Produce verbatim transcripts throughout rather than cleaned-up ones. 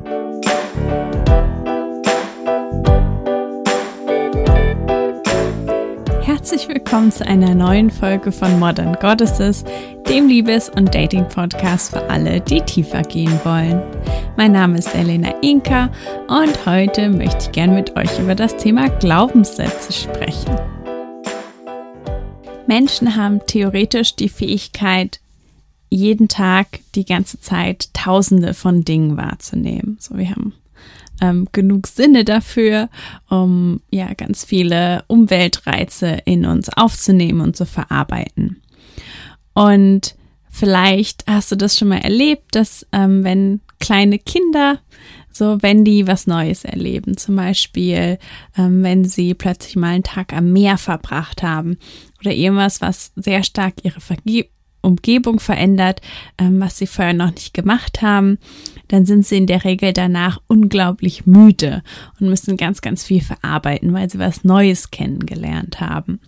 Herzlich willkommen zu einer neuen Folge von Modern Goddesses, dem Liebes- und Dating-Podcast für alle, die tiefer gehen wollen. Mein Name ist Elena Inka und heute möchte ich gerne mit euch über das Thema Glaubenssätze sprechen. Menschen haben theoretisch die Fähigkeit, jeden Tag die ganze Zeit Tausende von Dingen wahrzunehmen. So, wir haben ähm, genug Sinne dafür, um ja ganz viele Umweltreize in uns aufzunehmen und zu verarbeiten. Und vielleicht hast du das schon mal erlebt, dass ähm, wenn kleine Kinder, so wenn die was Neues erleben, zum Beispiel ähm, wenn sie plötzlich mal einen Tag am Meer verbracht haben oder irgendwas, was sehr stark ihre Verge- Umgebung verändert, ähm, was sie vorher noch nicht gemacht haben, dann sind sie in der Regel danach unglaublich müde und müssen ganz, ganz viel verarbeiten, weil sie was Neues kennengelernt haben.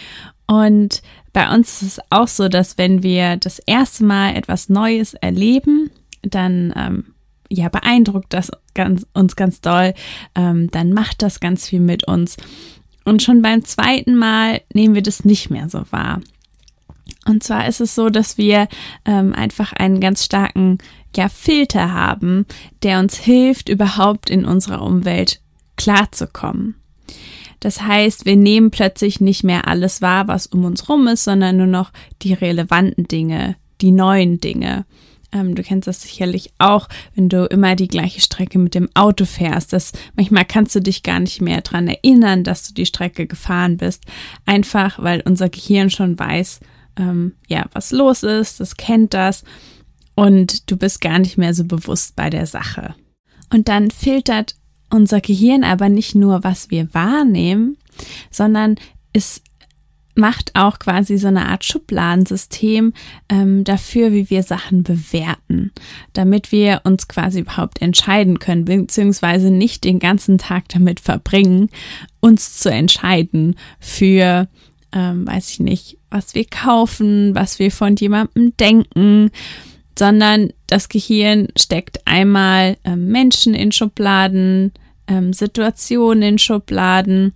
Und bei uns ist es auch so, dass wenn wir das erste Mal etwas Neues erleben, dann ähm, ja beeindruckt das ganz, uns ganz doll, ähm, dann macht das ganz viel mit uns. Und schon beim zweiten Mal nehmen wir das nicht mehr so wahr. Und zwar ist es so, dass wir ähm, einfach einen ganz starken ja, Filter haben, der uns hilft, überhaupt in unserer Umwelt klarzukommen. Das heißt, wir nehmen plötzlich nicht mehr alles wahr, was um uns rum ist, sondern nur noch die relevanten Dinge, die neuen Dinge. Ähm, du kennst das sicherlich auch, wenn du immer die gleiche Strecke mit dem Auto fährst. Das, manchmal kannst du dich gar nicht mehr daran erinnern, dass du die Strecke gefahren bist. Einfach, weil unser Gehirn schon weiß, ähm, ja, was los ist, das kennt das und du bist gar nicht mehr so bewusst bei der Sache. Und dann filtert unser Gehirn aber nicht nur, was wir wahrnehmen, sondern es macht auch quasi so eine Art Schubladensystem ähm, dafür, wie wir Sachen bewerten, damit wir uns quasi überhaupt entscheiden können, beziehungsweise nicht den ganzen Tag damit verbringen, uns zu entscheiden für, ähm, weiß ich nicht, was wir kaufen, was wir von jemandem denken, sondern das Gehirn steckt einmal ähm, Menschen in Schubladen, ähm, Situationen in Schubladen,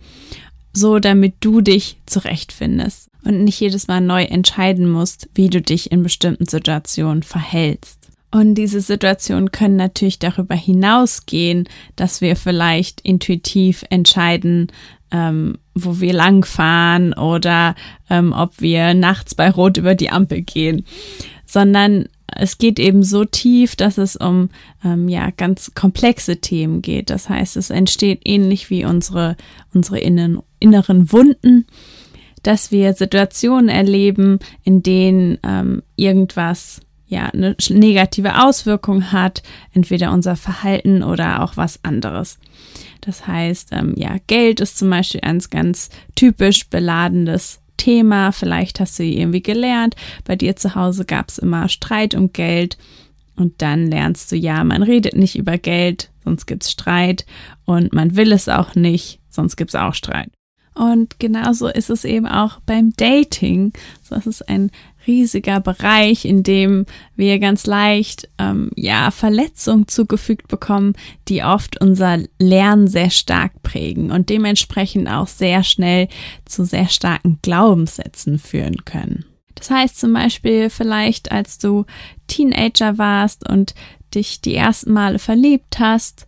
so damit du dich zurechtfindest und nicht jedes Mal neu entscheiden musst, wie du dich in bestimmten Situationen verhältst. Und diese Situationen können natürlich darüber hinausgehen, dass wir vielleicht intuitiv entscheiden, ähm, wo wir langfahren oder ähm, ob wir nachts bei Rot über die Ampel gehen, sondern es geht eben so tief, dass es um ähm, ja ganz komplexe Themen geht. Das heißt, es entsteht ähnlich wie unsere unsere innen, inneren Wunden, dass wir Situationen erleben, in denen ähm, irgendwas ja eine negative Auswirkung hat, entweder unser Verhalten oder auch was anderes. Das heißt, ähm, ja, Geld ist zum Beispiel ein ganz typisch beladenes Thema. Vielleicht hast du irgendwie gelernt, bei dir zu Hause gab es immer Streit um Geld und dann lernst du, ja, man redet nicht über Geld, sonst gibt es Streit und man will es auch nicht, sonst gibt es auch Streit. Und genauso ist es eben auch beim Dating. So, es ist ein riesiger Bereich, in dem wir ganz leicht ähm, ja Verletzungen zugefügt bekommen, die oft unser Lernen sehr stark prägen und dementsprechend auch sehr schnell zu sehr starken Glaubenssätzen führen können. Das heißt zum Beispiel vielleicht, als du Teenager warst und dich die ersten Male verliebt hast,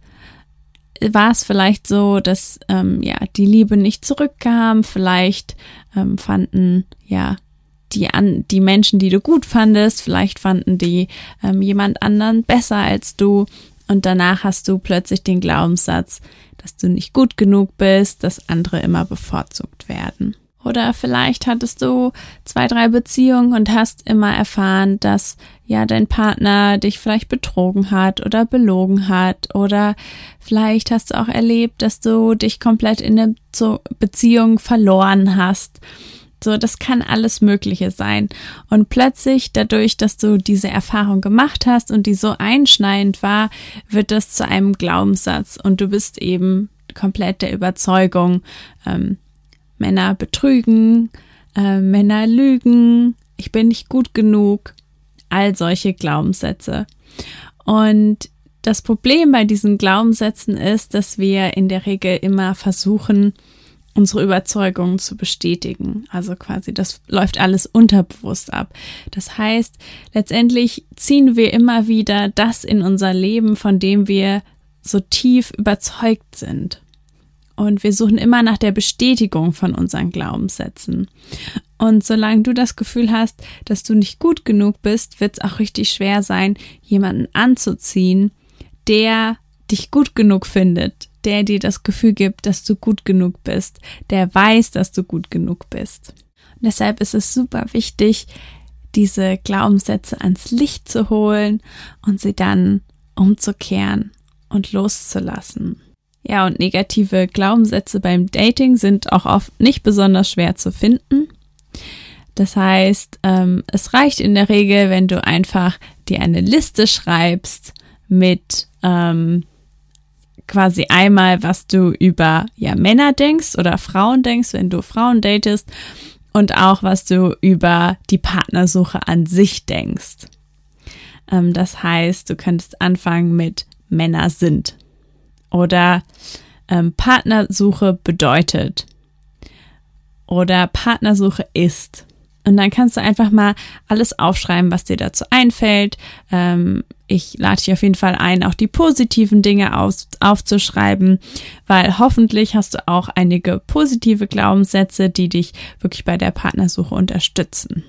war es vielleicht so, dass ähm, ja die Liebe nicht zurückkam, vielleicht ähm, fanden ja die an die Menschen, die du gut fandest, vielleicht fanden die ähm, jemand anderen besser als du und danach hast du plötzlich den Glaubenssatz, dass du nicht gut genug bist, dass andere immer bevorzugt werden. Oder vielleicht hattest du zwei, drei Beziehungen und hast immer erfahren, dass ja dein Partner dich vielleicht betrogen hat oder belogen hat. Oder vielleicht hast du auch erlebt, dass du dich komplett in der Beziehung verloren hast. So, das kann alles Mögliche sein. Und plötzlich, dadurch, dass du diese Erfahrung gemacht hast und die so einschneidend war, wird das zu einem Glaubenssatz. Und du bist eben komplett der Überzeugung, ähm, Männer betrügen, äh, Männer lügen, ich bin nicht gut genug, all solche Glaubenssätze. Und das Problem bei diesen Glaubenssätzen ist, dass wir in der Regel immer versuchen, unsere Überzeugungen zu bestätigen. Also quasi, das läuft alles unterbewusst ab. Das heißt, letztendlich ziehen wir immer wieder das in unser Leben, von dem wir so tief überzeugt sind. Und wir suchen immer nach der Bestätigung von unseren Glaubenssätzen. Und solange du das Gefühl hast, dass du nicht gut genug bist, wird es auch richtig schwer sein, jemanden anzuziehen, der dich gut genug findet, der dir das Gefühl gibt, dass du gut genug bist, der weiß, dass du gut genug bist. Und deshalb ist es super wichtig, diese Glaubenssätze ans Licht zu holen und sie dann umzukehren und loszulassen. Ja, und negative Glaubenssätze beim Dating sind auch oft nicht besonders schwer zu finden. Das heißt, ähm, es reicht in der Regel, wenn du einfach dir eine Liste schreibst mit ähm, quasi einmal, was du über ja, Männer denkst oder Frauen denkst, wenn du Frauen datest, und auch, was du über die Partnersuche an sich denkst. Ähm, das heißt, du könntest anfangen mit Männer sind oder ähm, Partnersuche bedeutet oder Partnersuche ist. Und dann kannst du einfach mal alles aufschreiben, was dir dazu einfällt. Ähm, ich lade dich auf jeden Fall ein, auch die positiven Dinge auf, aufzuschreiben, weil hoffentlich hast du auch einige positive Glaubenssätze, die dich wirklich bei der Partnersuche unterstützen.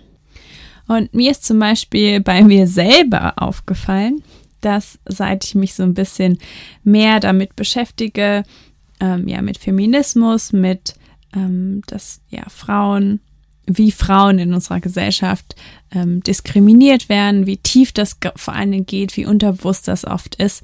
Und mir ist zum Beispiel bei mir selber aufgefallen, dass seit ich mich so ein bisschen mehr damit beschäftige, ähm, ja, mit Feminismus, mit ähm, dass ja Frauen wie Frauen in unserer Gesellschaft ähm, diskriminiert werden, wie tief das vor allen Dingen geht, wie unterbewusst das oft ist,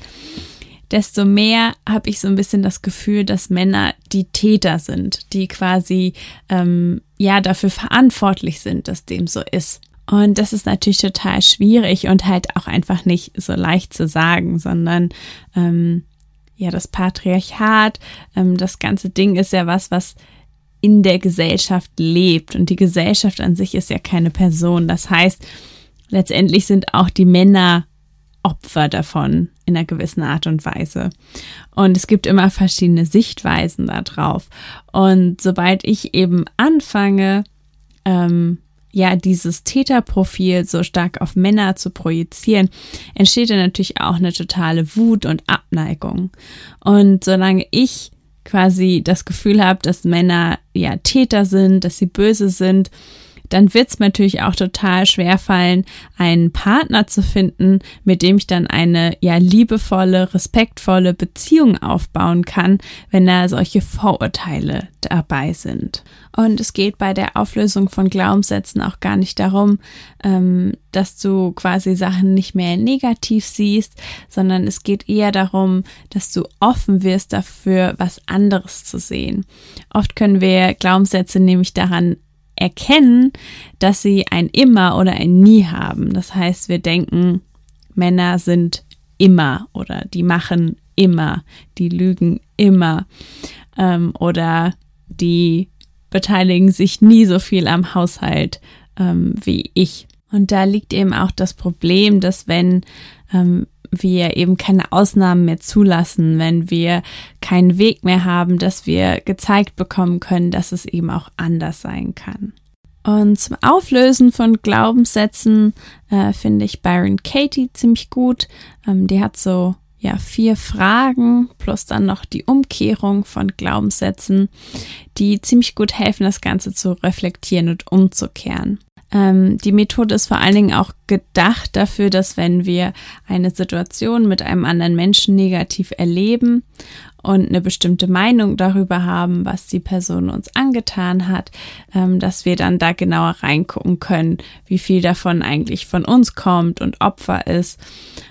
desto mehr habe ich so ein bisschen das Gefühl, dass Männer die Täter sind, die quasi ähm, ja dafür verantwortlich sind, dass dem so ist. Und das ist natürlich total schwierig und halt auch einfach nicht so leicht zu sagen, sondern ähm, ja das Patriarchat, ähm, das ganze Ding ist ja was, was in der Gesellschaft lebt, und die Gesellschaft an sich ist ja keine Person. Das heißt, letztendlich sind auch die Männer Opfer davon in einer gewissen Art und Weise. Und es gibt immer verschiedene Sichtweisen darauf. Und sobald ich eben anfange, ähm, ja, dieses Täterprofil so stark auf Männer zu projizieren, entsteht dann natürlich auch eine totale Wut und Abneigung. Und solange ich quasi das Gefühl habe, dass Männer ja Täter sind, dass sie böse sind, dann wird es mir natürlich auch total schwer fallen, einen Partner zu finden, mit dem ich dann eine ja liebevolle, respektvolle Beziehung aufbauen kann, wenn da solche Vorurteile dabei sind. Und es geht bei der Auflösung von Glaubenssätzen auch gar nicht darum, ähm, dass du quasi Sachen nicht mehr negativ siehst, sondern es geht eher darum, dass du offen wirst dafür, was anderes zu sehen. Oft können wir Glaubenssätze nämlich daran erkennen, dass sie ein Immer oder ein Nie haben. Das heißt, wir denken, Männer sind immer oder die machen immer, die lügen immer ähm, oder die beteiligen sich nie so viel am Haushalt ähm, wie ich. Und da liegt eben auch das Problem, dass wenn ähm, wir eben keine Ausnahmen mehr zulassen, wenn wir keinen Weg mehr haben, dass wir gezeigt bekommen können, dass es eben auch anders sein kann. Und zum Auflösen von Glaubenssätzen äh, finde ich Byron Katie ziemlich gut. Ähm, die hat so ja vier Fragen plus dann noch die Umkehrung von Glaubenssätzen, die ziemlich gut helfen, das Ganze zu reflektieren und umzukehren. Ähm, die Methode ist vor allen Dingen auch gedacht dafür, dass wenn wir eine Situation mit einem anderen Menschen negativ erleben und eine bestimmte Meinung darüber haben, was die Person uns angetan hat, ähm, dass wir dann da genauer reingucken können, wie viel davon eigentlich von uns kommt und Opfer ist.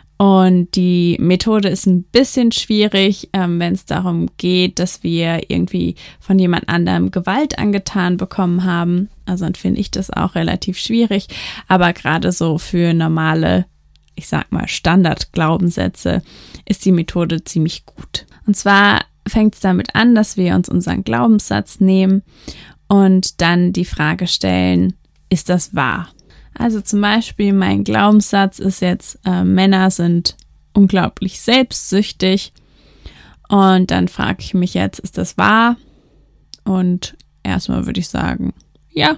Und die Methode ist ein bisschen schwierig, ähm, wenn es darum geht, dass wir irgendwie von jemand anderem Gewalt angetan bekommen haben. Also dann finde ich das auch relativ schwierig. Aber gerade so für normale, ich sag mal, Standardglaubenssätze ist die Methode ziemlich gut. Und zwar fängt es damit an, dass wir uns unseren Glaubenssatz nehmen und dann die Frage stellen, ist das wahr? Also zum Beispiel mein Glaubenssatz ist jetzt, äh, Männer sind unglaublich selbstsüchtig. Und dann frage ich mich jetzt, ist das wahr? Und erstmal würde ich sagen, ja.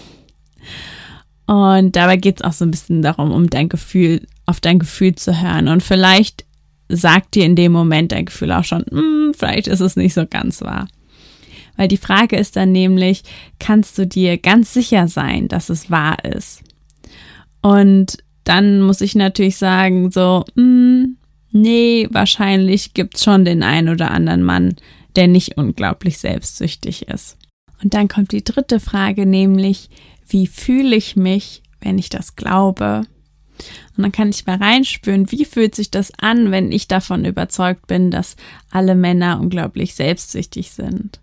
Und dabei geht es auch so ein bisschen darum, um dein Gefühl, auf dein Gefühl zu hören. Und vielleicht sagt dir in dem Moment dein Gefühl auch schon, hm, vielleicht ist es nicht so ganz wahr. Weil die Frage ist dann nämlich, kannst du dir ganz sicher sein, dass es wahr ist? Und dann muss ich natürlich sagen, so, hm, nee, wahrscheinlich gibt's schon den einen oder anderen Mann, der nicht unglaublich selbstsüchtig ist. Und dann kommt die dritte Frage, nämlich, wie fühle ich mich, wenn ich das glaube? Und dann kann ich mal reinspüren, wie fühlt sich das an, wenn ich davon überzeugt bin, dass alle Männer unglaublich selbstsüchtig sind.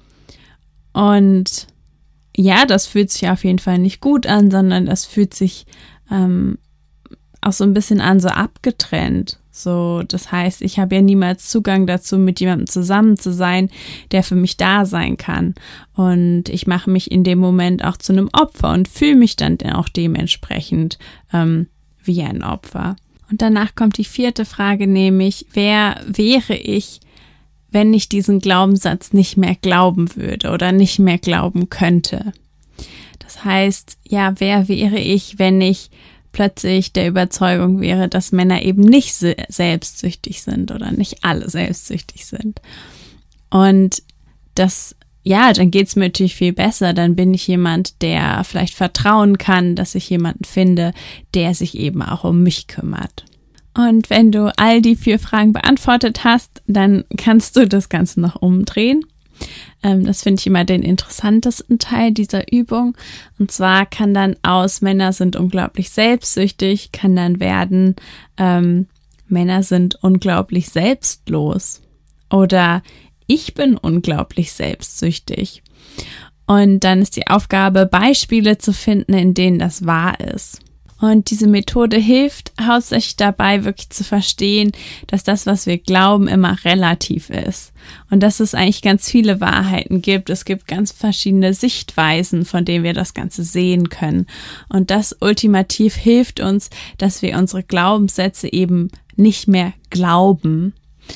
Und ja, das fühlt sich auf jeden Fall nicht gut an, sondern das fühlt sich ähm, auch so ein bisschen an, so abgetrennt. So, das heißt, ich habe ja niemals Zugang dazu, mit jemandem zusammen zu sein, der für mich da sein kann. Und ich mache mich in dem Moment auch zu einem Opfer und fühle mich dann auch dementsprechend ähm, wie ein Opfer. Und danach kommt die vierte Frage, nämlich, wer wäre ich, wenn ich diesen Glaubenssatz nicht mehr glauben würde oder nicht mehr glauben könnte? Das heißt, ja, wer wäre ich, wenn ich plötzlich der Überzeugung wäre, dass Männer eben nicht selbstsüchtig sind oder nicht alle selbstsüchtig sind. Und das, ja, dann geht es mir natürlich viel besser. Dann bin ich jemand, der vielleicht vertrauen kann, dass ich jemanden finde, der sich eben auch um mich kümmert. Und wenn du all die vier Fragen beantwortet hast, dann kannst du das Ganze noch umdrehen. Ähm, das finde ich immer den interessantesten Teil dieser Übung. Und zwar kann dann aus Männer sind unglaublich selbstsüchtig, kann dann werden ähm, Männer sind unglaublich selbstlos oder ich bin unglaublich selbstsüchtig. Und dann ist die Aufgabe, Beispiele zu finden, in denen das wahr ist. Und diese Methode hilft hauptsächlich dabei, wirklich zu verstehen, dass das, was wir glauben, immer relativ ist. Und dass es eigentlich ganz viele Wahrheiten gibt. Es gibt ganz verschiedene Sichtweisen, von denen wir das Ganze sehen können. Und das ultimativ hilft uns, dass wir unsere Glaubenssätze eben nicht mehr glauben.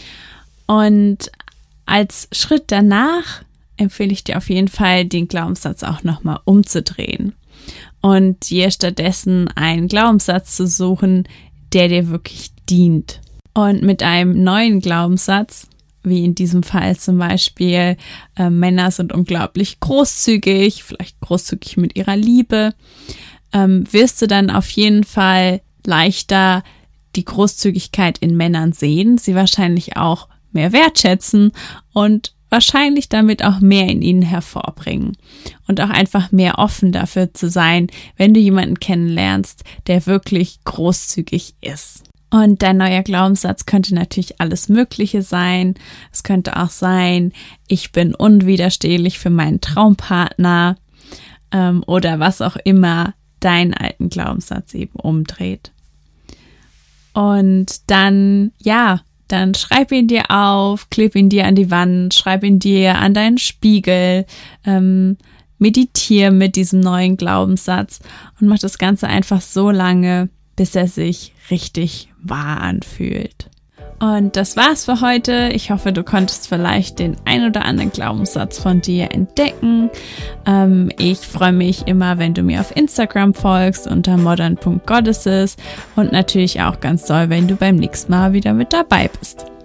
Und als Schritt danach empfehle ich dir auf jeden Fall, den Glaubenssatz auch nochmal umzudrehen. Und dir stattdessen einen Glaubenssatz zu suchen, der dir wirklich dient. Und mit einem neuen Glaubenssatz, wie in diesem Fall zum Beispiel, äh, Männer sind unglaublich großzügig, vielleicht großzügig mit ihrer Liebe, ähm, wirst du dann auf jeden Fall leichter die Großzügigkeit in Männern sehen, sie wahrscheinlich auch mehr wertschätzen und wahrscheinlich damit auch mehr in ihnen hervorbringen und auch einfach mehr offen dafür zu sein, wenn du jemanden kennenlernst, der wirklich großzügig ist. Und dein neuer Glaubenssatz könnte natürlich alles Mögliche sein. Es könnte auch sein, ich bin unwiderstehlich für meinen Traumpartner ähm, oder was auch immer deinen alten Glaubenssatz eben umdreht. Und dann, ja, dann schreib ihn dir auf, kleb ihn dir an die Wand, schreib ihn dir an deinen Spiegel, ähm, meditiere mit diesem neuen Glaubenssatz und mach das Ganze einfach so lange, bis er sich richtig wahr anfühlt. Und das war's für heute. Ich hoffe, du konntest vielleicht den ein oder anderen Glaubenssatz von dir entdecken. Ähm, ich freue mich immer, wenn du mir auf Instagram folgst unter modern punkt goddesses und natürlich auch ganz doll, wenn du beim nächsten Mal wieder mit dabei bist.